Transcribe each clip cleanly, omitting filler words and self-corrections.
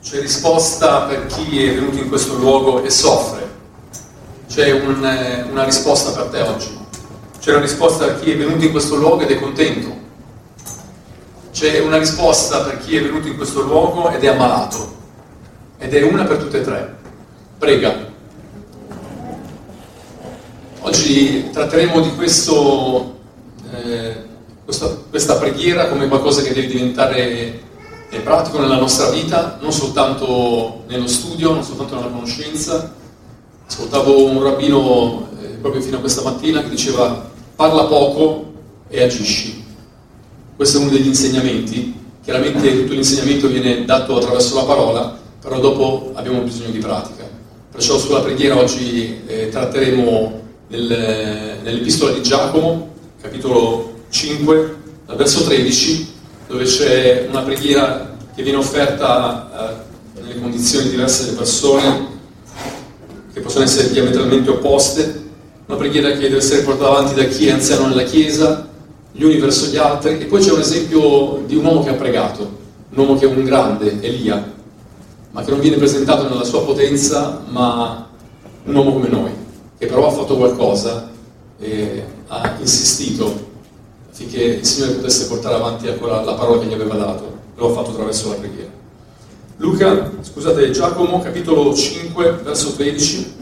C'è risposta per chi è venuto in questo luogo e soffre. C'è una risposta per te oggi. C'è una risposta per chi è venuto in questo luogo ed è contento. C'è una risposta per chi è venuto in questo luogo ed è ammalato. Ed è una per tutte e tre. Prega. Oggi tratteremo di questa preghiera come qualcosa che deve diventare pratico nella nostra vita, non soltanto nello studio, non soltanto nella conoscenza. Ascoltavo un rabbino proprio fino a questa mattina che diceva: parla poco e agisci. Questo è uno degli insegnamenti. Chiaramente tutto l'insegnamento viene dato attraverso la parola, però dopo abbiamo bisogno di pratica. Perciò sulla preghiera oggi tratteremo nell'epistola di Giacomo, capitolo 5, dal verso 13, dove c'è una preghiera che viene offerta nelle condizioni diverse delle persone, che possono essere diametralmente opposte, una preghiera che deve essere portata avanti da chi è anziano nella Chiesa, gli uni verso gli altri. E poi c'è un esempio di un uomo che ha pregato, un uomo che è un grande, Elia, ma che non viene presentato nella sua potenza, ma un uomo come noi, che però ha fatto qualcosa e ha insistito affinché il Signore potesse portare avanti ancora la parola che gli aveva dato. Lo ha fatto attraverso la preghiera. Giacomo, capitolo 5, verso 13.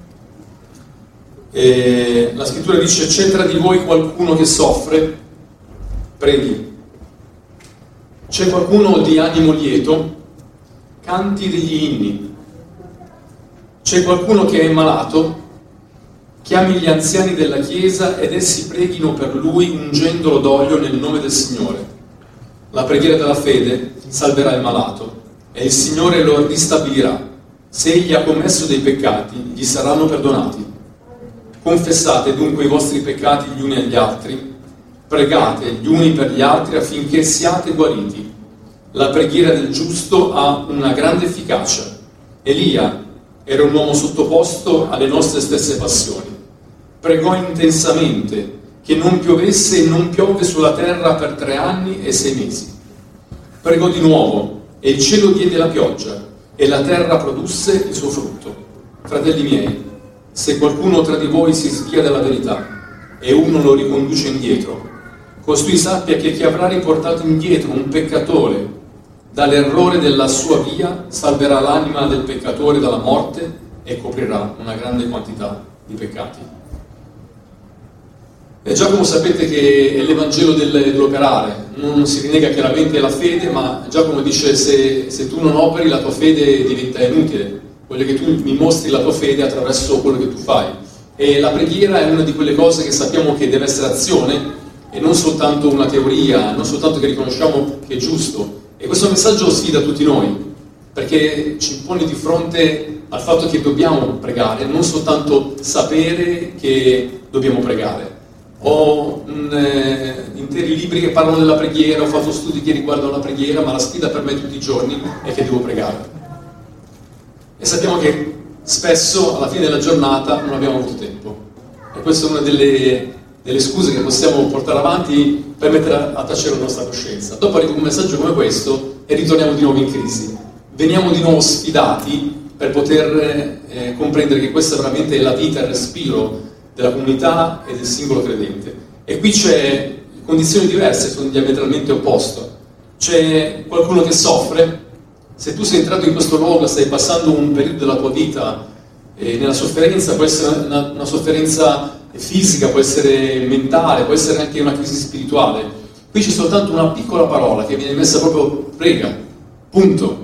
La scrittura dice: c'è tra di voi qualcuno che soffre? Preghi. C'è qualcuno di animo lieto? Canti degli inni. C'è qualcuno che è malato? Chiami gli anziani della Chiesa ed essi preghino per lui ungendolo d'olio nel nome del Signore. La preghiera della fede salverà il malato e il Signore lo ristabilirà. Se egli ha commesso dei peccati, gli saranno perdonati. Confessate dunque i vostri peccati gli uni agli altri, pregate gli uni per gli altri affinché siate guariti. La preghiera del giusto ha una grande efficacia. Elia era un uomo sottoposto alle nostre stesse passioni. Pregò intensamente che non piovesse e non piove sulla terra per 3 anni e 6 mesi. Pregò di nuovo e il cielo diede la pioggia e la terra produsse il suo frutto. Fratelli miei, se qualcuno tra di voi si svia dalla verità e uno lo riconduce indietro, costui sappia che chi avrà riportato indietro un peccatore dall'errore della sua via salverà l'anima del peccatore dalla morte e coprirà una grande quantità di peccati. E Giacomo, sapete che è l'Evangelo dell'operare, non si rinnega chiaramente la fede, ma Giacomo dice: se tu non operi la tua fede diventa inutile, voglio che tu mi mostri la tua fede attraverso quello che tu fai. E la preghiera è una di quelle cose che sappiamo che deve essere azione e non soltanto una teoria, non soltanto che riconosciamo che è giusto. E questo messaggio sfida tutti noi, perché ci pone di fronte al fatto che dobbiamo pregare, non soltanto sapere che dobbiamo pregare. Ho interi libri che parlano della preghiera, ho fatto studi che riguardano la preghiera, ma la sfida per me tutti i giorni è che devo pregare. E sappiamo che spesso alla fine della giornata non abbiamo avuto tempo. E questa è una delle scuse che possiamo portare avanti per mettere a tacere la nostra coscienza. Dopo arriva un messaggio come questo e ritorniamo di nuovo in crisi. Veniamo di nuovo sfidati per poter comprendere che questa veramente è la vita, il respiro della comunità e del singolo credente. E qui c'è condizioni diverse, sono diametralmente opposte. C'è qualcuno che soffre. Se tu sei entrato in questo luogo, stai passando un periodo della tua vita nella sofferenza, può essere una sofferenza fisica, può essere mentale, può essere anche una crisi spirituale. Qui c'è soltanto una piccola parola che viene messa proprio: prega, punto.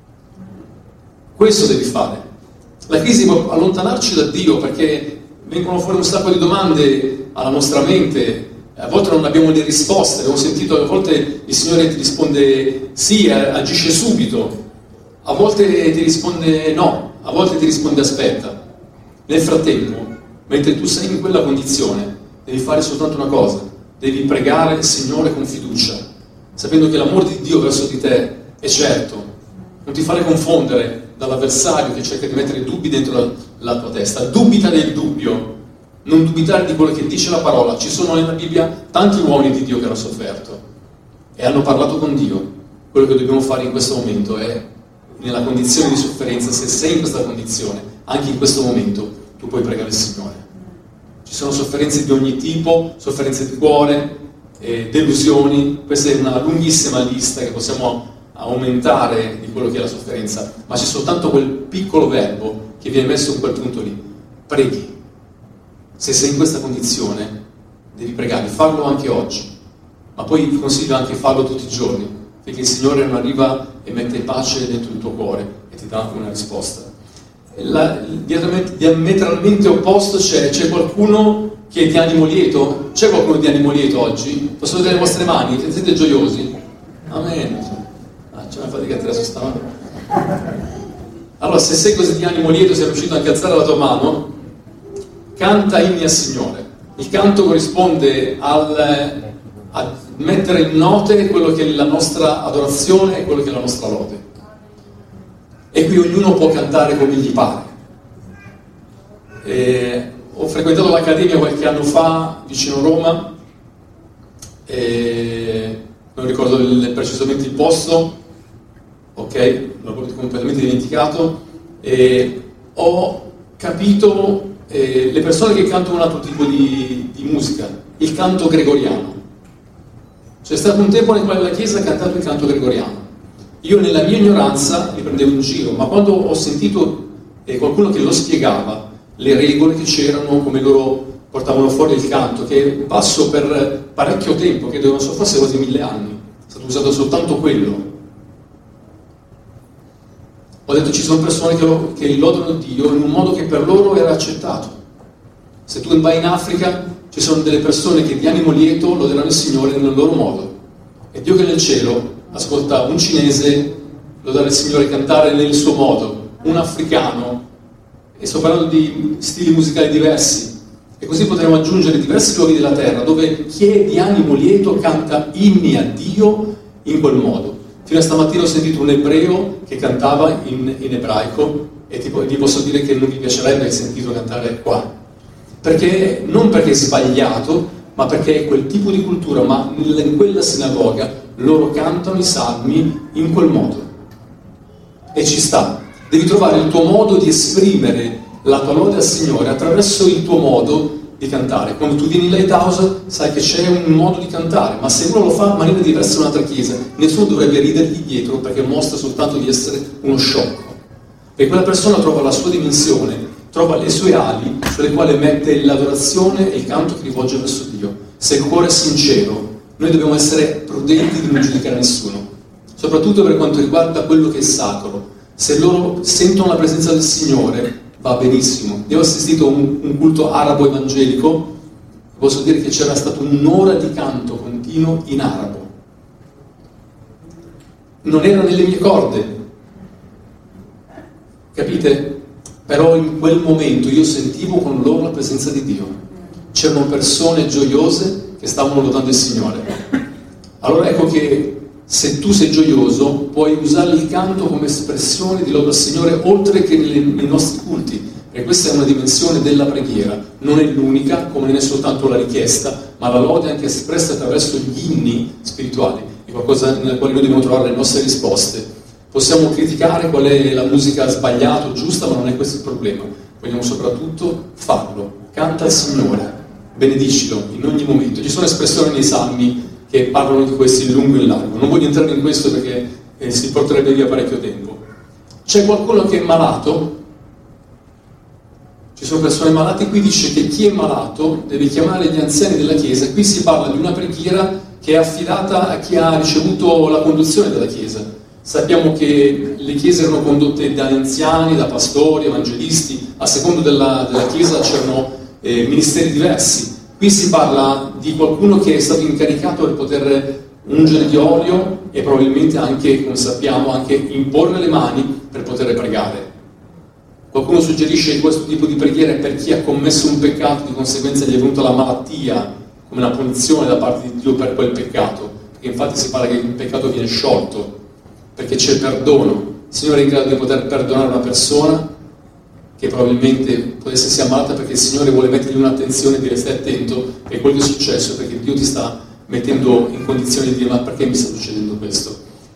Questo devi fare. La crisi può allontanarci da Dio perché vengono fuori un sacco di domande alla nostra mente, a volte non abbiamo le risposte. Abbiamo sentito, a volte il Signore ti risponde sì, agisce subito, a volte ti risponde no, a volte ti risponde aspetta. Nel frattempo, mentre tu sei in quella condizione, devi fare soltanto una cosa: devi pregare il Signore con fiducia, sapendo che l'amore di Dio verso di te è certo. Non ti fare confondere dall'avversario che cerca di mettere dubbi dentro la tua testa. Dubita del dubbio, non dubitare di quello che dice la parola. Ci sono nella Bibbia tanti uomini di Dio che hanno sofferto e hanno parlato con Dio. Quello che dobbiamo fare in questo momento è nella condizione di sofferenza, se sei in questa condizione, anche in questo momento, tu puoi pregare il Signore. Ci sono sofferenze di ogni tipo, sofferenze di cuore, delusioni, questa è una lunghissima lista che possiamo aumentare di quello che è la sofferenza, ma c'è soltanto quel piccolo verbo che viene messo in quel punto lì: preghi. Se sei in questa condizione devi pregare, farlo anche oggi, ma poi ti consiglio anche farlo tutti i giorni, perché il Signore non arriva e mette pace dentro il tuo cuore e ti dà anche una risposta. Diametralmente opposto c'è qualcuno che è di animo lieto. C'è qualcuno di animo lieto oggi? Posso vedere le vostre mani? Siete gioiosi? Amen. C'è una fatica adesso stavolta. Allora, se sei così di animo lieto, sei riuscito anche a alzare la tua mano, canta inni al Signore. Il canto corrisponde a mettere in note quello che è la nostra adorazione e quello che è la nostra lode. E qui ognuno può cantare come gli pare. Ho frequentato l'accademia qualche anno fa vicino Roma, non ricordo precisamente il posto, ok, l'ho completamente dimenticato, e ho capito le persone che cantano un altro tipo di musica, il canto gregoriano. C'è stato un tempo nel quale la Chiesa ha cantato il canto gregoriano. Io nella mia ignoranza li prendevo in giro, ma quando ho sentito qualcuno che lo spiegava, le regole che c'erano, come loro portavano fuori il canto, che passo per parecchio tempo, che non so, forse quasi 1000 anni, è stato usato soltanto quello. Ho detto, ci sono persone che lodano Dio in un modo che per loro era accettato. Se tu vai in Africa, ci sono delle persone che di animo lieto loderanno il Signore nel loro modo. E Dio che è nel cielo ascolta un cinese lodare il Signore, cantare nel suo modo, un africano, e sto parlando di stili musicali diversi. E così potremo aggiungere diversi luoghi della terra dove chi è di animo lieto canta inni a Dio in quel modo. Fino a stamattina ho sentito un ebreo che cantava in ebraico e gli posso dire che non mi piacerebbe sentito cantare qua. Perché, non perché è sbagliato, ma perché è quel tipo di cultura, ma in quella sinagoga loro cantano i salmi in quel modo. E ci sta. Devi trovare il tuo modo di esprimere la tua lode al Signore attraverso il tuo modo di cantare. Quando tu vieni in Lighthouse sai che c'è un modo di cantare, ma se uno lo fa in maniera diversa in un'altra chiesa, nessuno dovrebbe ridergli dietro perché mostra soltanto di essere uno sciocco. E quella persona trova la sua dimensione, trova le sue ali sulle quali mette l'adorazione e il canto che rivolge verso Dio. Se il cuore è sincero, noi dobbiamo essere prudenti di non giudicare nessuno, soprattutto per quanto riguarda quello che è sacro. Se loro sentono la presenza del Signore, va benissimo. Io ho assistito a un culto arabo evangelico, posso dire che c'era stato un'ora di canto continuo in arabo. Non era nelle mie corde, capite? Però in quel momento io sentivo con loro la presenza di Dio. C'erano persone gioiose che stavano lodando il Signore. Allora ecco che se tu sei gioioso puoi usare il canto come espressione di lode al Signore oltre che nei nostri culti, perché questa è una dimensione della preghiera, non è l'unica, come non è soltanto la richiesta, ma la lode è anche espressa attraverso gli inni spirituali, è qualcosa nella quale noi dobbiamo trovare le nostre risposte. Possiamo criticare qual è la musica sbagliata o giusta, ma non è questo il problema. Vogliamo soprattutto farlo. Canta al Signore, benedicilo in ogni momento. Ci sono espressioni nei salmi che parlano di questo in lungo e in largo. Non voglio entrare in questo perché si porterebbe via parecchio tempo. C'è qualcuno che è malato? Ci sono persone malate. Qui dice che chi è malato deve chiamare gli anziani della Chiesa. Qui si parla di una preghiera che è affidata a chi ha ricevuto la conduzione della Chiesa. Sappiamo che le chiese erano condotte da anziani, da pastori, evangelisti, a secondo della Chiesa c'erano ministeri diversi. Qui si parla di qualcuno che è stato incaricato per poter ungere di olio e probabilmente anche, come sappiamo, anche imporre le mani per poter pregare. Qualcuno suggerisce che questo tipo di preghiera è per chi ha commesso un peccato, di conseguenza gli è venuta la malattia come una punizione da parte di Dio per quel peccato, perché infatti si parla che il peccato viene sciolto perché c'è perdono. Il Signore è in grado di poter perdonare una persona che probabilmente può essersi ammalata perché il Signore vuole mettergli un'attenzione e dire stai attento, e quello che è successo perché Dio ti sta mettendo in condizione di dire ma perché mi sta succedendo questo?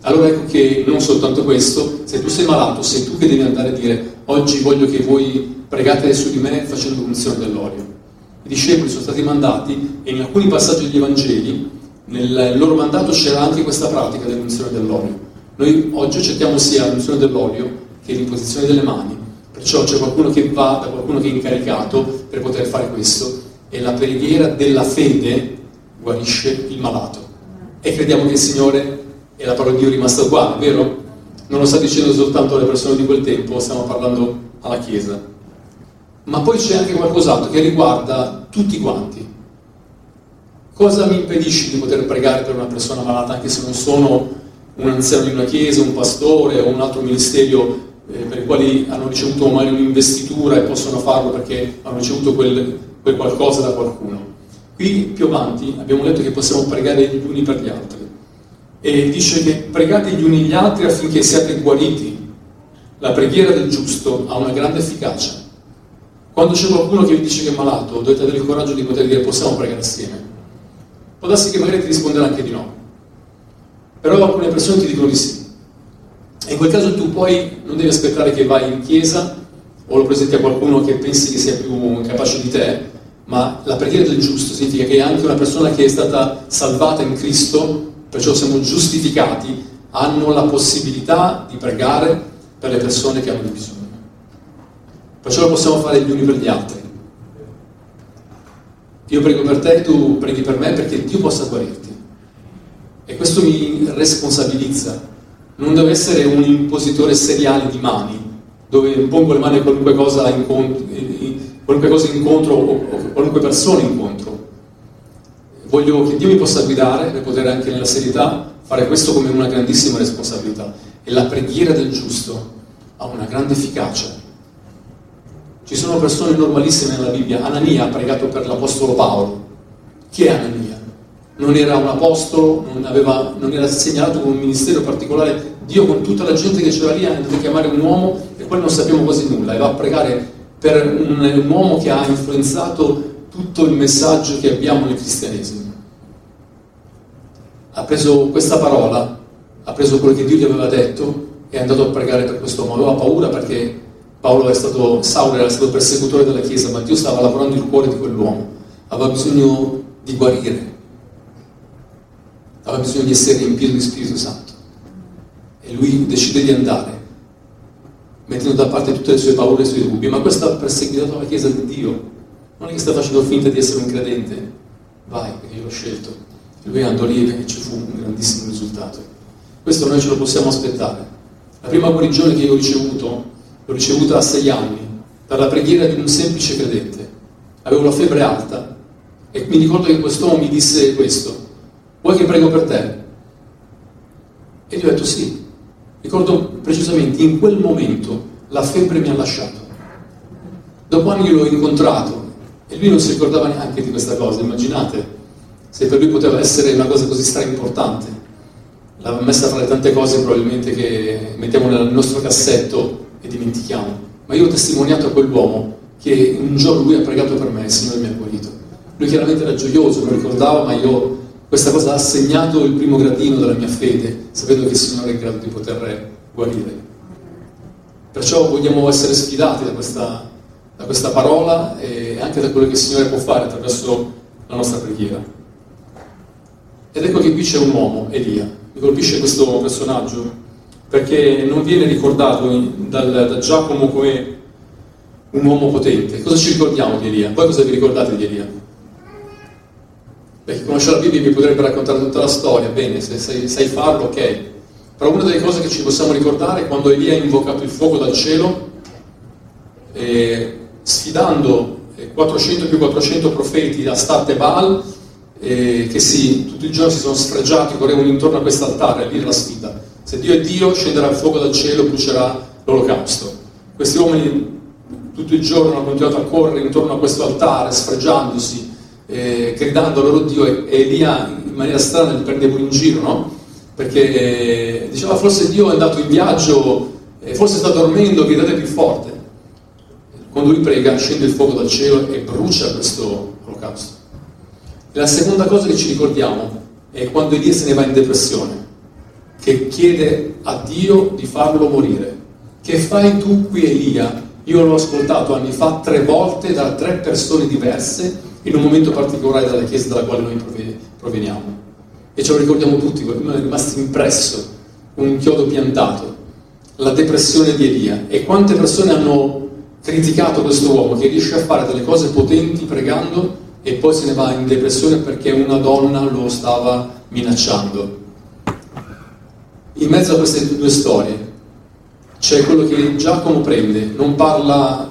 Allora ecco che non soltanto questo, se tu sei malato, sei tu che devi andare a dire: oggi voglio che voi pregate su di me facendo l'unzione dell'olio. I discepoli sono stati mandati, e in alcuni passaggi degli Evangeli nel loro mandato c'era anche questa pratica dell'unzione dell'olio. Noi oggi accettiamo sia l'unzione dell'olio che l'imposizione delle mani, perciò c'è qualcuno che va da qualcuno che è incaricato per poter fare questo, e la preghiera della fede guarisce il malato. E crediamo che il Signore e la parola di Dio è rimasta uguale, vero? Non lo sta dicendo soltanto alle persone di quel tempo, stiamo parlando alla Chiesa. Ma poi c'è anche qualcos'altro che riguarda tutti quanti. Cosa mi impedisce di poter pregare per una persona malata, anche se non sono un anziano di una chiesa, un pastore o un altro ministero per i quali hanno ricevuto magari un'investitura e possono farlo perché hanno ricevuto quel qualcosa da qualcuno? Qui più avanti abbiamo letto che possiamo pregare gli uni per gli altri, e dice che pregate gli uni gli altri affinché siate guariti. La preghiera del giusto ha una grande efficacia. Quando c'è qualcuno che vi dice che è malato, dovete avere il coraggio di poter dire: possiamo pregare assieme. Può darsi che magari ti risponderà anche di no, però alcune persone ti dicono di sì, e in quel caso tu poi non devi aspettare che vai in chiesa o lo presenti a qualcuno che pensi che sia più capace di te, ma la preghiera del giusto significa che anche una persona che è stata salvata in Cristo, perciò siamo giustificati, hanno la possibilità di pregare per le persone che hanno bisogno. Perciò lo possiamo fare gli uni per gli altri. Io prego per te, tu preghi per me, perché Dio possa guarirti. E questo mi responsabilizza. Non devo essere un impositore seriale di mani, dove pongo le mani a qualunque cosa incontro o qualunque persona incontro. Voglio che Dio mi possa guidare per poter anche nella serietà fare questo come una grandissima responsabilità. E la preghiera del giusto ha una grande efficacia. Ci sono persone normalissime nella Bibbia. Anania ha pregato per l'Apostolo Paolo. Chi è Anania? Non era un apostolo, non era segnalato con un ministero particolare. Dio, con tutta la gente che c'era lì, ha dovuto chiamare un uomo, e poi non sappiamo quasi nulla, e va a pregare per un uomo che ha influenzato tutto il messaggio che abbiamo nel cristianesimo. Ha preso questa parola, ha preso quello che Dio gli aveva detto e è andato a pregare per questo uomo. Aveva paura perché Saulo era stato persecutore della Chiesa, ma Dio stava lavorando il cuore di quell'uomo. Aveva bisogno di guarire, aveva bisogno di essere riempito di Spirito Santo, e lui decide di andare, mettendo da parte tutte le sue paure e i suoi dubbi. Ma questo ha perseguitato la Chiesa di Dio. Non è che sta facendo finta di essere un credente. Vai, perché io l'ho scelto. E lui andò lì e ci fu un grandissimo risultato. Questo noi ce lo possiamo aspettare. La prima guarigione che io ho ricevuto, l'ho ricevuta a 6 anni, per la preghiera di un semplice credente. Avevo la febbre alta, e mi ricordo che quest'uomo mi disse questo: vuoi che prego per te? E gli ho detto sì. Ricordo precisamente, in quel momento la febbre mi ha lasciato. Dopo anni l'ho incontrato e lui non si ricordava neanche di questa cosa. Immaginate se per lui poteva essere una cosa così importante. L'aveva messa fra le tante cose probabilmente che mettiamo nel nostro cassetto e dimentichiamo. Ma io ho testimoniato a quell'uomo che un giorno lui ha pregato per me e il Signore mi ha guarito. Lui chiaramente era gioioso, lo ricordava, ma questa cosa ha segnato il primo gradino della mia fede, sapendo che il Signore è in grado di poter guarire. Perciò vogliamo essere sfidati da questa parola e anche da quello che il Signore può fare attraverso la nostra preghiera. Ed ecco che qui c'è un uomo, Elia. Mi colpisce questo personaggio perché non viene ricordato da Giacomo come un uomo potente. Cosa ci ricordiamo di Elia? Voi cosa vi ricordate di Elia? Beh, chi conosce la Bibbia vi potrebbe raccontare tutta la storia, bene, se sai farlo, ok. Però una delle cose che ci possiamo ricordare è quando Elia ha invocato il fuoco dal cielo, sfidando 400 più 400 profeti da Astat e Baal, che tutti i giorni si sono sfregiati, correvano intorno a quest'altare. Lì era la sfida: se Dio è Dio, scenderà il fuoco dal cielo e brucerà l'olocausto. Questi uomini tutto il giorno hanno continuato a correre intorno a questo altare, sfregiandosi, gridando al loro Dio, e Elia in maniera strana li prendeva in giro, no? Perché diceva: forse Dio è andato in viaggio, forse sta dormendo, gridate più forte. Quando lui prega, scende il fuoco dal cielo e brucia questo olocausto. E la seconda cosa che ci ricordiamo è quando Elia se ne va in depressione. che chiede a Dio di farlo morire. Che fai tu qui, Elia? Io l'ho ascoltato anni fa 3 volte da 3 persone diverse in un momento particolare della chiesa dalla quale noi proveniamo. E ce lo ricordiamo tutti, qualcuno è rimasto impresso, un chiodo piantato, la depressione di Elia. E quante persone hanno criticato questo uomo che riesce a fare delle cose potenti pregando e poi se ne va in depressione perché una donna lo stava minacciando. In mezzo a queste 2 storie c'è quello che Giacomo prende, non parla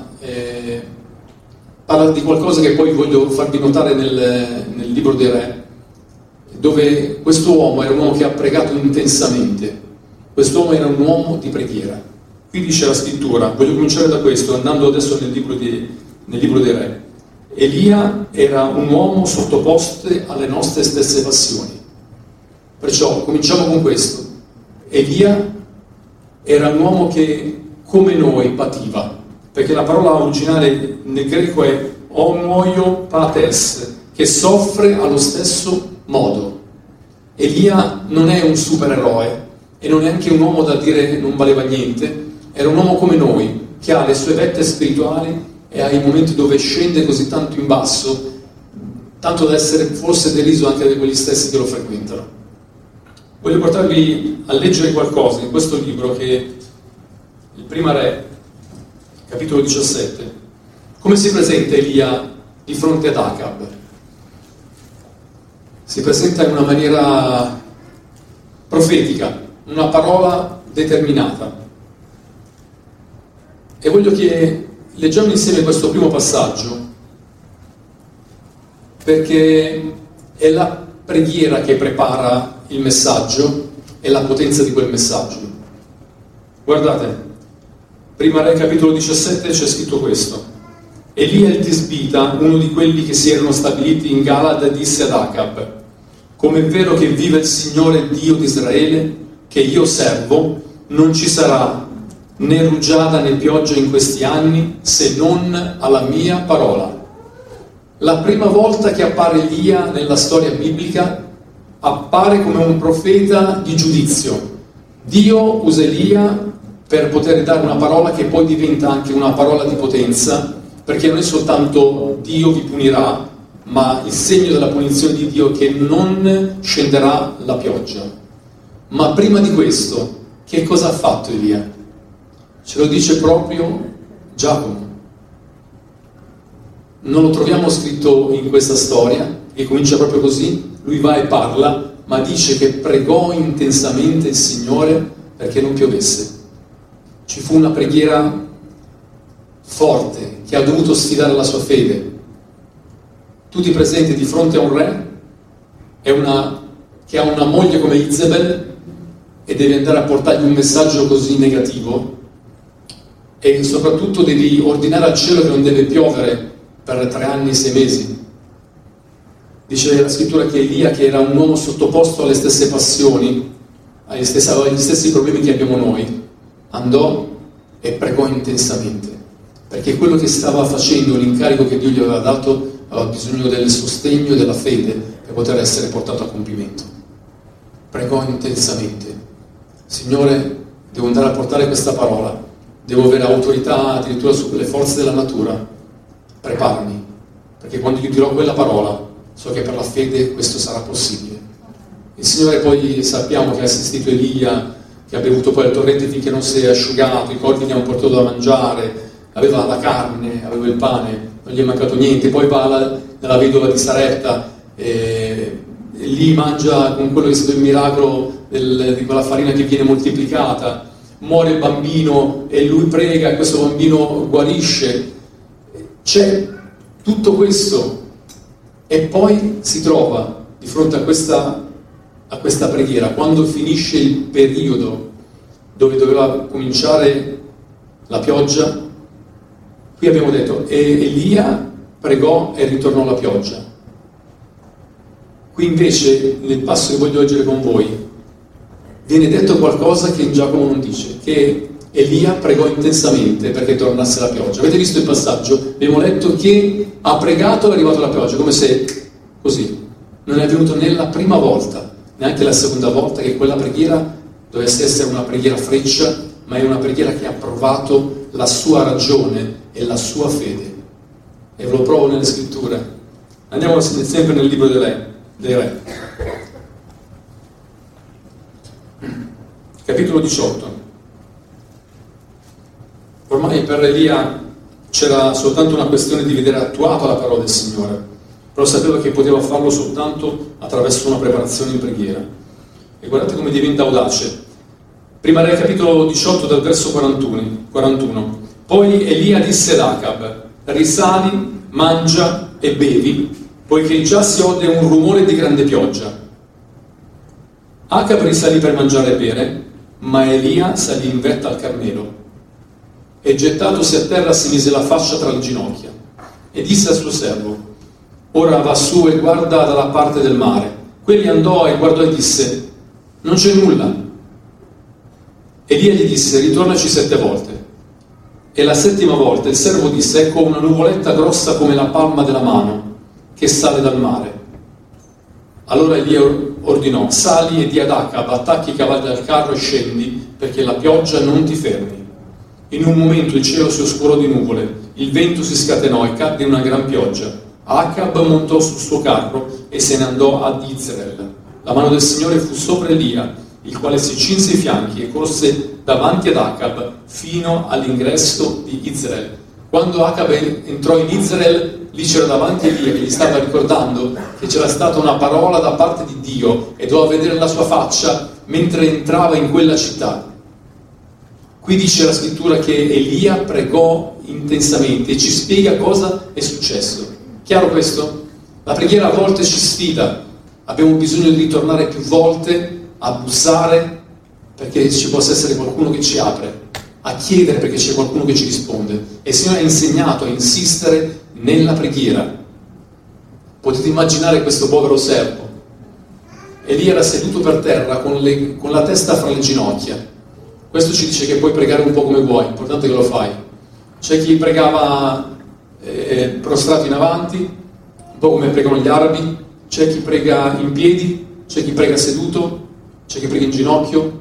di qualcosa che poi voglio farvi notare nel libro dei Re, dove questo uomo era un uomo che ha pregato intensamente, quest'uomo era un uomo di preghiera. Qui dice la scrittura, voglio cominciare da questo, andando adesso nel libro dei Re. Elia era un uomo sottoposto alle nostre stesse passioni. Perciò cominciamo con questo. Elia era un uomo che, come noi, pativa, perché la parola originale nel greco è homoiopates, che soffre allo stesso modo. Elia non è un supereroe e non è anche un uomo da dire non valeva niente, era un uomo come noi, che ha le sue vette spirituali e ha i momenti dove scende così tanto in basso, tanto da essere forse deriso anche da quegli stessi che lo frequentano. Voglio portarvi a leggere qualcosa in questo libro che è il Prima Re, capitolo 17. Come si presenta Elia di fronte ad Acab? Si presenta in una maniera profetica, una parola determinata. E voglio che leggiamo insieme questo primo passaggio, perché è la preghiera che prepara il messaggio e la potenza di quel messaggio. Guardate, Prima Re capitolo 17 c'è scritto questo: Elia il Tisbita, uno di quelli che si erano stabiliti in Galad, disse ad Acab: come è vero che vive il Signore Dio di Israele, che io servo, non ci sarà né rugiada né pioggia in questi anni, se non alla mia parola. La prima volta che appare Elia nella storia biblica, appare come un profeta di giudizio. Dio usa Elia per poter dare una parola che poi diventa anche una parola di potenza, perché non è soltanto Dio vi punirà, ma il segno della punizione di Dio è che non scenderà la pioggia. Ma prima di questo, che cosa ha fatto Elia? Ce lo dice proprio Giacomo. Non lo troviamo scritto in questa storia, che comincia proprio così, lui va e parla, ma dice che pregò intensamente il Signore perché non piovesse. Ci fu una preghiera forte che ha dovuto sfidare la sua fede. Tu ti presenti di fronte a un re che ha una moglie come Izebel e devi andare a portargli un messaggio così negativo, e soprattutto devi ordinare al cielo che non deve piovere per 3 anni e 6 mesi. Dice la scrittura che Elia, che era un uomo sottoposto alle stesse passioni, agli stessi problemi che abbiamo noi, andò e pregò intensamente, perché quello che stava facendo, l'incarico che Dio gli aveva dato, aveva bisogno del sostegno e della fede per poter essere portato a compimento. Pregò intensamente: Signore, devo andare a portare questa parola, devo avere autorità addirittura sulle forze della natura, preparami, perché quando io dirò quella parola so che per la fede questo sarà possibile. Il Signore poi sappiamo che ha assistito Elia, che ha bevuto poi al torrente finché non si è asciugato, i corpi gli hanno portato da mangiare, aveva la carne, aveva il pane, non gli è mancato niente. Poi va nella vedova di Sarepta e lì mangia con quello che è stato il miracolo di quella farina che viene moltiplicata. Muore il bambino e lui prega e questo bambino guarisce. C'è tutto questo, e poi si trova di fronte a questa preghiera quando finisce il periodo dove doveva cominciare la pioggia. Qui abbiamo detto Elia pregò e ritornò la pioggia. Qui invece nel passo che voglio leggere con voi viene detto qualcosa che in Giacomo non dice, che Elia pregò intensamente perché tornasse la pioggia. Avete visto il passaggio? Abbiamo letto che ha pregato e è arrivata la pioggia, come se così non è avvenuto né la prima volta, neanche la seconda volta che quella preghiera dovesse essere una preghiera freccia, ma è una preghiera che ha provato la sua ragione e la sua fede. E ve lo provo nelle scritture. Andiamo sempre nel libro dei Re. Capitolo 18. Ormai per Elia c'era soltanto una questione di vedere attuata la parola del Signore, però sapeva che poteva farlo soltanto attraverso una preparazione in preghiera. E guardate come diventa audace. Prima Re, capitolo 18, dal verso 41. Poi Elia disse ad Acab: risali, mangia e bevi, poiché già si ode un rumore di grande pioggia. Acab risalì per mangiare e bere, ma Elia salì in vetta al Carmelo. E gettatosi a terra si mise la faccia tra le ginocchia e disse al suo servo: ora va su e guarda dalla parte del mare. Quegli andò e guardò e disse: non c'è nulla. Elia gli disse: ritornaci 7 volte. E la 7ª volta il servo disse: ecco una nuvoletta grossa come la palma della mano che sale dal mare. Allora Elia ordinò: sali e di ad Acab, attacchi i cavalli al carro e scendi, perché la pioggia non ti fermi. In un momento il cielo si oscurò di nuvole, il vento si scatenò e cadde una gran pioggia. Acab montò sul suo carro e se ne andò ad Izrael. La mano del Signore fu sopra Elia, il quale si cinse i fianchi e corse davanti ad Acab fino all'ingresso di Izrael. Quando Acab entrò in Izrael, lì c'era davanti Elia che gli stava ricordando che c'era stata una parola da parte di Dio e doveva vedere la sua faccia mentre entrava in quella città. Qui dice la scrittura che Elia pregò intensamente e ci spiega cosa è successo. Chiaro questo? La preghiera a volte ci sfida, abbiamo bisogno di ritornare più volte a bussare perché ci possa essere qualcuno che ci apre, a chiedere perché c'è qualcuno che ci risponde. E il Signore ha insegnato a insistere nella preghiera. Potete immaginare questo povero servo. Elia era seduto per terra con la testa fra le ginocchia. Questo ci dice che puoi pregare un po' come vuoi, l'importante è che lo fai. C'è chi pregava prostrato in avanti, un po' come pregano gli arabi, c'è chi prega in piedi, c'è chi prega seduto, c'è chi prega in ginocchio.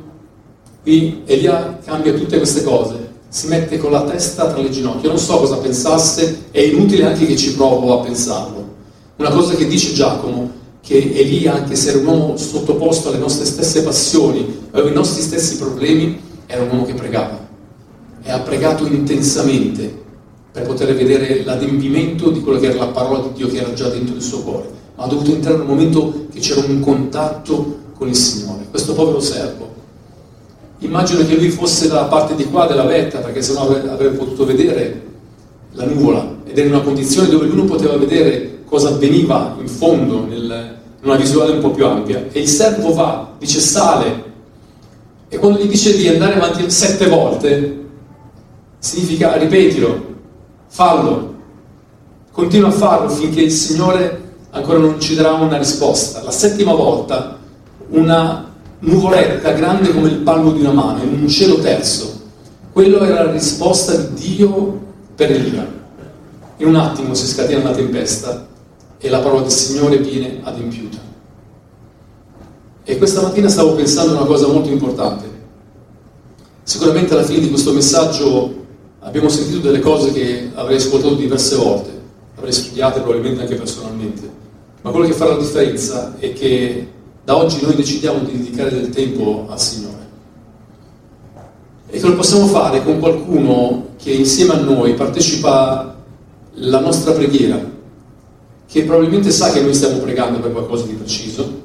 Qui Elia cambia tutte queste cose, si mette con la testa tra le ginocchia. Non so cosa pensasse, è inutile anche che ci provo a pensarlo. Una cosa che dice Giacomo, che Elia, anche se era un uomo sottoposto alle nostre stesse passioni, aveva i nostri stessi problemi, era un uomo che pregava e ha pregato intensamente per poter vedere l'adempimento di quello che era la parola di Dio che era già dentro il suo cuore, ma ha dovuto entrare in un momento che c'era un contatto con il Signore. Questo povero servo, immagino che lui fosse dalla parte di qua della vetta, perché sennò avrebbe potuto vedere la nuvola, ed era in una condizione dove lui non poteva vedere cosa avveniva in fondo, in una visuale un po' più ampia. E il servo va, dice sale, e quando gli dice di andare avanti 7 volte, significa ripetilo, fallo, continua a farlo finché il Signore ancora non ci darà una risposta. La 7ª volta, una nuvoletta grande come il palmo di una mano, in un cielo terzo, quello era la risposta di Dio per Elia. In un attimo si scatena la tempesta e la parola del Signore viene adempiuta. E questa mattina stavo pensando a una cosa molto importante. Sicuramente alla fine di questo messaggio abbiamo sentito delle cose che avrei ascoltato diverse volte, avrei studiate probabilmente anche personalmente, ma quello che fa la differenza è che da oggi noi decidiamo di dedicare del tempo al Signore e che lo possiamo fare con qualcuno che insieme a noi partecipa alla nostra preghiera, che probabilmente sa che noi stiamo pregando per qualcosa di preciso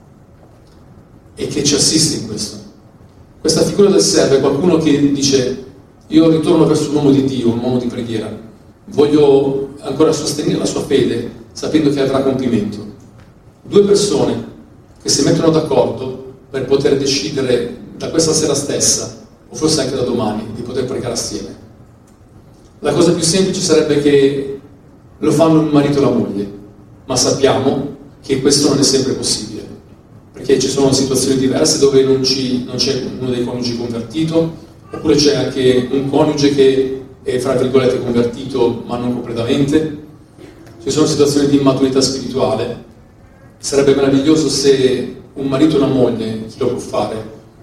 e che ci assiste in questo. Questa figura del servo è qualcuno che dice: io ritorno verso un uomo di Dio, un uomo di preghiera, voglio ancora sostenere la sua fede sapendo che avrà compimento. 2 persone che si mettono d'accordo per poter decidere da questa sera stessa, o forse anche da domani, di poter pregare assieme. La cosa più semplice sarebbe che lo fanno il marito e la moglie, ma sappiamo che questo non è sempre possibile, perché ci sono situazioni diverse dove non c'è uno dei coniugi convertito, oppure c'è anche un coniuge che è fra virgolette convertito ma non completamente. Ci sono situazioni di immaturità spirituale. Sarebbe meraviglioso se un marito e una moglie, chi lo può fare,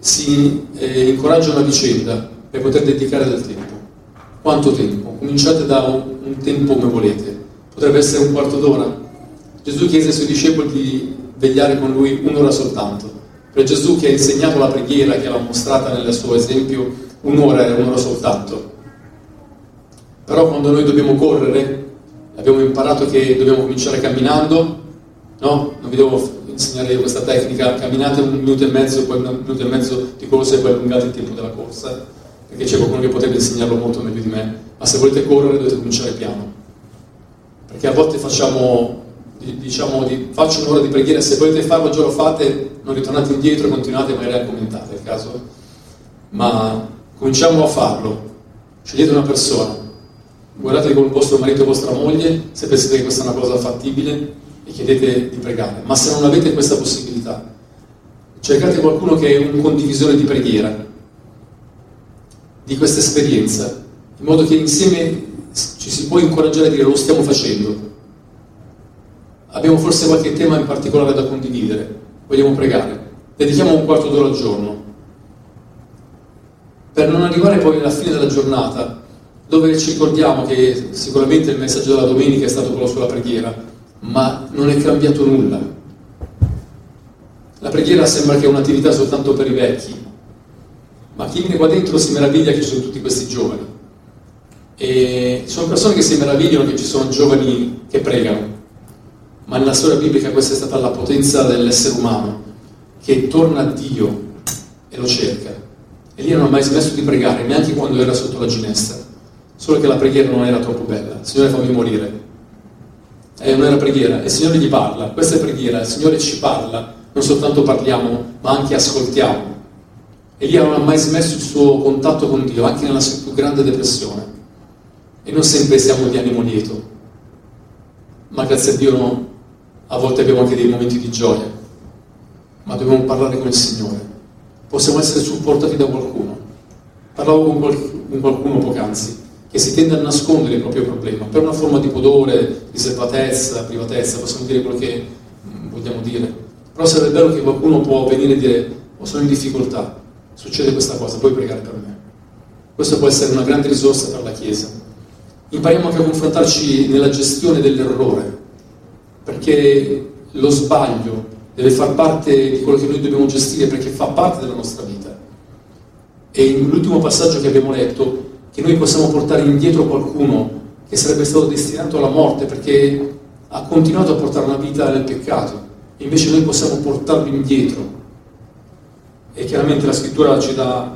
si incoraggiano a vicenda per poter dedicare del tempo. Quanto tempo? Cominciate da un tempo come volete. Potrebbe essere un quarto d'ora. Gesù chiese ai suoi discepoli di vegliare con lui un'ora soltanto. Per Gesù, che ha insegnato la preghiera, che l'ha mostrata nel suo esempio, un'ora era un'ora soltanto. Però quando noi dobbiamo correre, abbiamo imparato che dobbiamo cominciare camminando, no? Non vi devo insegnare io questa tecnica, camminate 1 minuto e mezzo, poi 1 minuto e mezzo di corsa e poi allungate il tempo della corsa, perché c'è qualcuno che potrebbe insegnarlo molto meglio di me, ma se volete correre dovete cominciare piano, perché a volte faccio un'ora di preghiera, se volete farlo già lo fate, non ritornate indietro, continuate magari a commentare, è il caso, ma cominciamo a farlo. Scegliete una persona, guardate con il vostro marito o vostra moglie se pensate che questa è una cosa fattibile e chiedete di pregare, ma se non avete questa possibilità cercate qualcuno che è un condivisore di preghiera, di questa esperienza, in modo che insieme ci si può incoraggiare a dire lo stiamo facendo, abbiamo forse qualche tema in particolare da condividere, vogliamo pregare, dedichiamo un quarto d'ora al giorno, per non arrivare poi alla fine della giornata dove ci ricordiamo che sicuramente il messaggio della domenica è stato quello sulla preghiera, ma non è cambiato nulla. La preghiera sembra che è un'attività soltanto per i vecchi, ma chi viene qua dentro si meraviglia che ci sono tutti questi giovani. E sono persone che si meravigliano che ci sono giovani che pregano, ma nella storia biblica questa è stata la potenza dell'essere umano, che torna a Dio e lo cerca. E lì non ha mai smesso di pregare, neanche quando era sotto la ginestra. Solo che la preghiera non era troppo bella. Signore, fammi morire. Non era preghiera. E il Signore gli parla. Questa è preghiera. Il Signore ci parla. Non soltanto parliamo, ma anche ascoltiamo. Elia non ha mai smesso il suo contatto con Dio, anche nella sua più grande depressione. E non sempre siamo di animo lieto. Ma grazie a Dio no, a volte abbiamo anche dei momenti di gioia. Ma dobbiamo parlare con il Signore. Possiamo essere supportati da qualcuno. Parlavo con qualcuno poc'anzi, che si tende a nascondere il proprio problema per una forma di pudore, riservatezza, privatezza, possiamo dire quello che vogliamo dire, però sarebbe bello che qualcuno può venire e dire sono in difficoltà, succede questa cosa, puoi pregare per me. Questo può essere una grande risorsa per la Chiesa. Impariamo anche a confrontarci nella gestione dell'errore, perché lo sbaglio deve far parte di quello che noi dobbiamo gestire, perché fa parte della nostra vita. E l'ultimo passaggio che abbiamo letto, che noi possiamo portare indietro qualcuno che sarebbe stato destinato alla morte perché ha continuato a portare una vita nel peccato, e invece noi possiamo portarlo indietro. E chiaramente la scrittura ci dà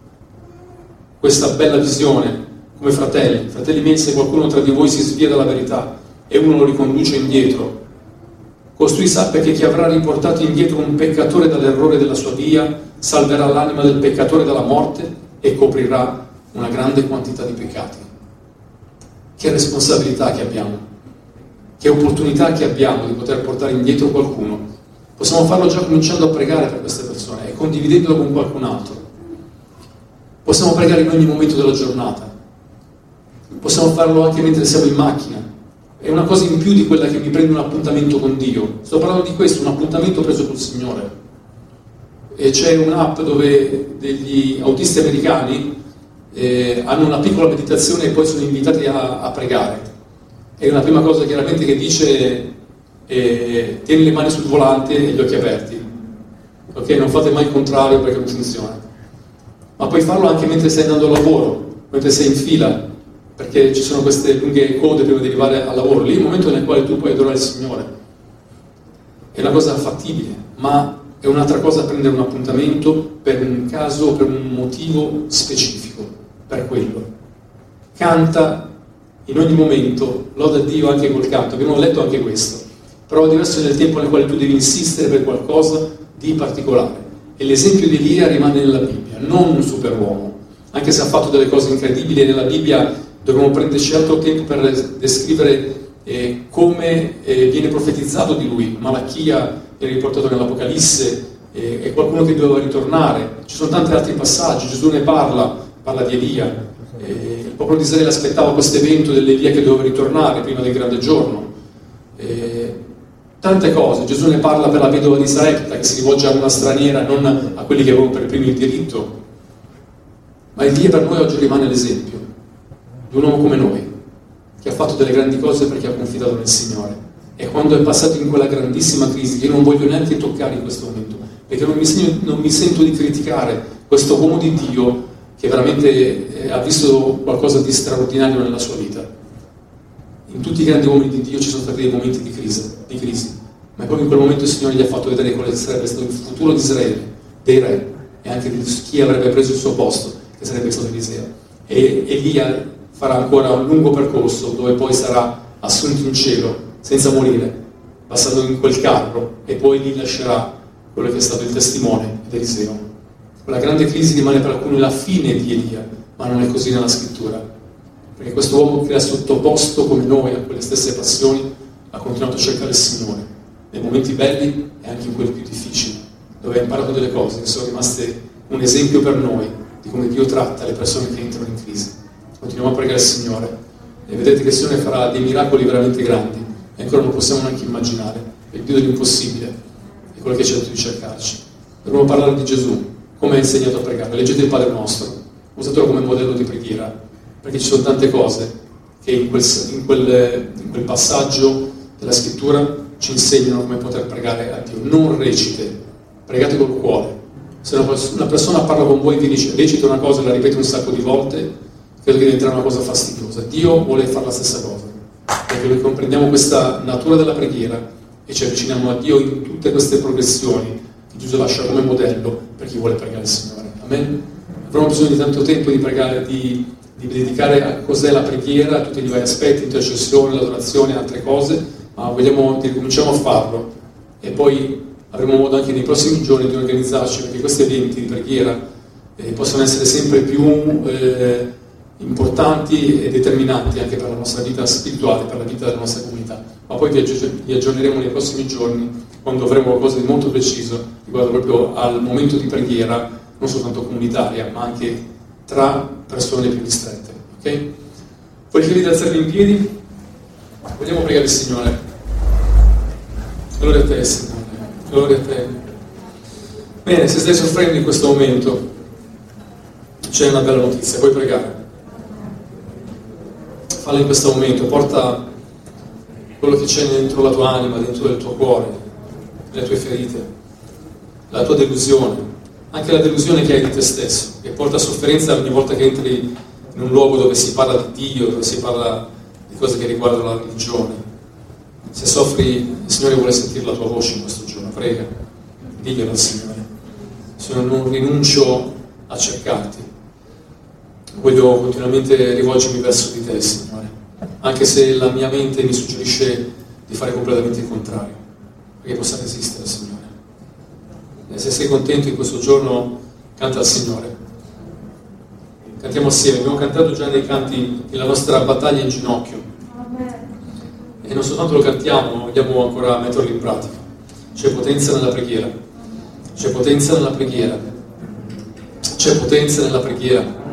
questa bella visione come fratelli. Fratelli miei, se qualcuno tra di voi si svia dalla verità e uno lo riconduce indietro, costui sappia che chi avrà riportato indietro un peccatore dall'errore della sua via salverà l'anima del peccatore dalla morte e coprirà una grande quantità di peccati. Che responsabilità che abbiamo, che opportunità che abbiamo di poter portare indietro qualcuno. Possiamo farlo già cominciando a pregare per queste persone e condividendolo con qualcun altro. Possiamo pregare in ogni momento della giornata, possiamo farlo anche mentre siamo in macchina. È una cosa in più di quella che mi prende un appuntamento con Dio. Sto parlando di questo, un appuntamento preso col Signore. E c'è un'app dove degli autisti americani hanno una piccola meditazione e poi sono invitati a pregare. E una prima cosa chiaramente che dice tieni le mani sul volante e gli occhi aperti, ok? Non fate mai il contrario perché non funziona. Ma puoi farlo anche mentre stai andando al lavoro, mentre sei in fila, perché ci sono queste lunghe code prima di arrivare al lavoro. Lì è il momento nel quale tu puoi adorare il Signore. È una cosa fattibile, ma è un'altra cosa prendere un appuntamento per un caso, per un motivo specifico, per quello. Canta in ogni momento, loda Dio anche col canto. Abbiamo letto anche questo. Però diverso nel tempo nel quale tu devi insistere per qualcosa di particolare. E l'esempio di Elia rimane nella Bibbia, non un superuomo. Anche se ha fatto delle cose incredibili, e nella Bibbia dobbiamo prenderci altro tempo per descrivere come viene profetizzato di lui. Malachia viene riportato nell'Apocalisse, è qualcuno che doveva ritornare. Ci sono tanti altri passaggi, Gesù ne parla di Elia. Il popolo di Israele aspettava questo evento dell'Elia che doveva ritornare prima del grande giorno. tante cose. Gesù ne parla per la vedova di Sarepta, che si rivolge a una straniera, non a quelli che avevano per primi il diritto. Ma Elia per noi oggi rimane l'esempio di un uomo come noi, che ha fatto delle grandi cose perché ha confidato nel Signore. E quando è passato in quella grandissima crisi, che io non voglio neanche toccare in questo momento, perché non mi sento di criticare questo uomo di Dio che veramente ha visto qualcosa di straordinario nella sua vita. In tutti i grandi uomini di Dio ci sono stati dei momenti di crisi, ma proprio in quel momento il Signore gli ha fatto vedere quale sarebbe stato il futuro di Israele, dei re, e anche di chi avrebbe preso il suo posto, che sarebbe stato Eliseo. E Elia farà ancora un lungo percorso dove poi sarà assunto in cielo senza morire, passato in quel carro, e poi lì lascerà quello che è stato il testimone di Eliseo. Quella grande crisi rimane per alcuni la fine di Elia, ma non è così nella scrittura, perché questo uomo che era sottoposto come noi a quelle stesse passioni ha continuato a cercare il Signore nei momenti belli e anche in quelli più difficili, dove ha imparato delle cose che sono rimaste un esempio per noi di come Dio tratta le persone che entrano in crisi. Continuiamo a pregare il Signore e vedete che il Signore farà dei miracoli veramente grandi e ancora non possiamo neanche immaginare. È il Dio dell'impossibile, è quello che ci ha detto di cercarci. Dovremmo parlare di Gesù, come ha insegnato a pregare. Leggete il Padre Nostro, usatelo come modello di preghiera, perché ci sono tante cose che in quel passaggio della scrittura ci insegnano come poter pregare a Dio. Non recite, pregate col cuore. Se una persona parla con voi e vi dice recita una cosa e la ripete un sacco di volte, credo che diventerà una cosa fastidiosa. Dio vuole fare la stessa cosa, perché noi comprendiamo questa natura della preghiera e ci avviciniamo a Dio in tutte queste progressioni che Gesù lascia come modello per chi vuole pregare il Signore. Amen? Avremo bisogno di tanto tempo di pregare, di dedicare a cos'è la preghiera, a tutti i vari aspetti, intercessione, l'adorazione e altre cose, ma ricominciamo a farlo e poi avremo modo anche nei prossimi giorni di organizzarci perché questi eventi di preghiera possono essere sempre più importanti e determinanti anche per la nostra vita spirituale, per la vita della nostra comunità. Ma poi vi aggiorneremo nei prossimi giorni quando avremo qualcosa di molto preciso riguardo proprio al momento di preghiera, non soltanto comunitaria, ma anche tra persone più ristrette. Ok? Poi chiedi di alzarvi in piedi. Vogliamo pregare il Signore. Gloria a te, Signore. Gloria a te. Bene, se stai soffrendo in questo momento, c'è una bella notizia, puoi pregare. Fallo in questo momento, porta quello che c'è dentro la tua anima, dentro il tuo cuore, le tue ferite, la tua delusione, anche la delusione che hai di te stesso, che porta sofferenza ogni volta che entri in un luogo dove si parla di Dio, dove si parla di cose che riguardano la religione. Se soffri, il Signore vuole sentire la tua voce in questo giorno, prega, diglielo al Signore. Signore, non rinuncio a cercarti, voglio continuamente rivolgermi verso di te, Signore, anche se la mia mente mi suggerisce di fare completamente il contrario, perché possa resistere, Signore. E se sei contento in questo giorno, canta al Signore. Cantiamo assieme, abbiamo cantato già nei canti la nostra battaglia in ginocchio. E non soltanto lo cantiamo, ma vogliamo ancora metterlo in pratica. C'è potenza nella preghiera. C'è potenza nella preghiera. C'è potenza nella preghiera.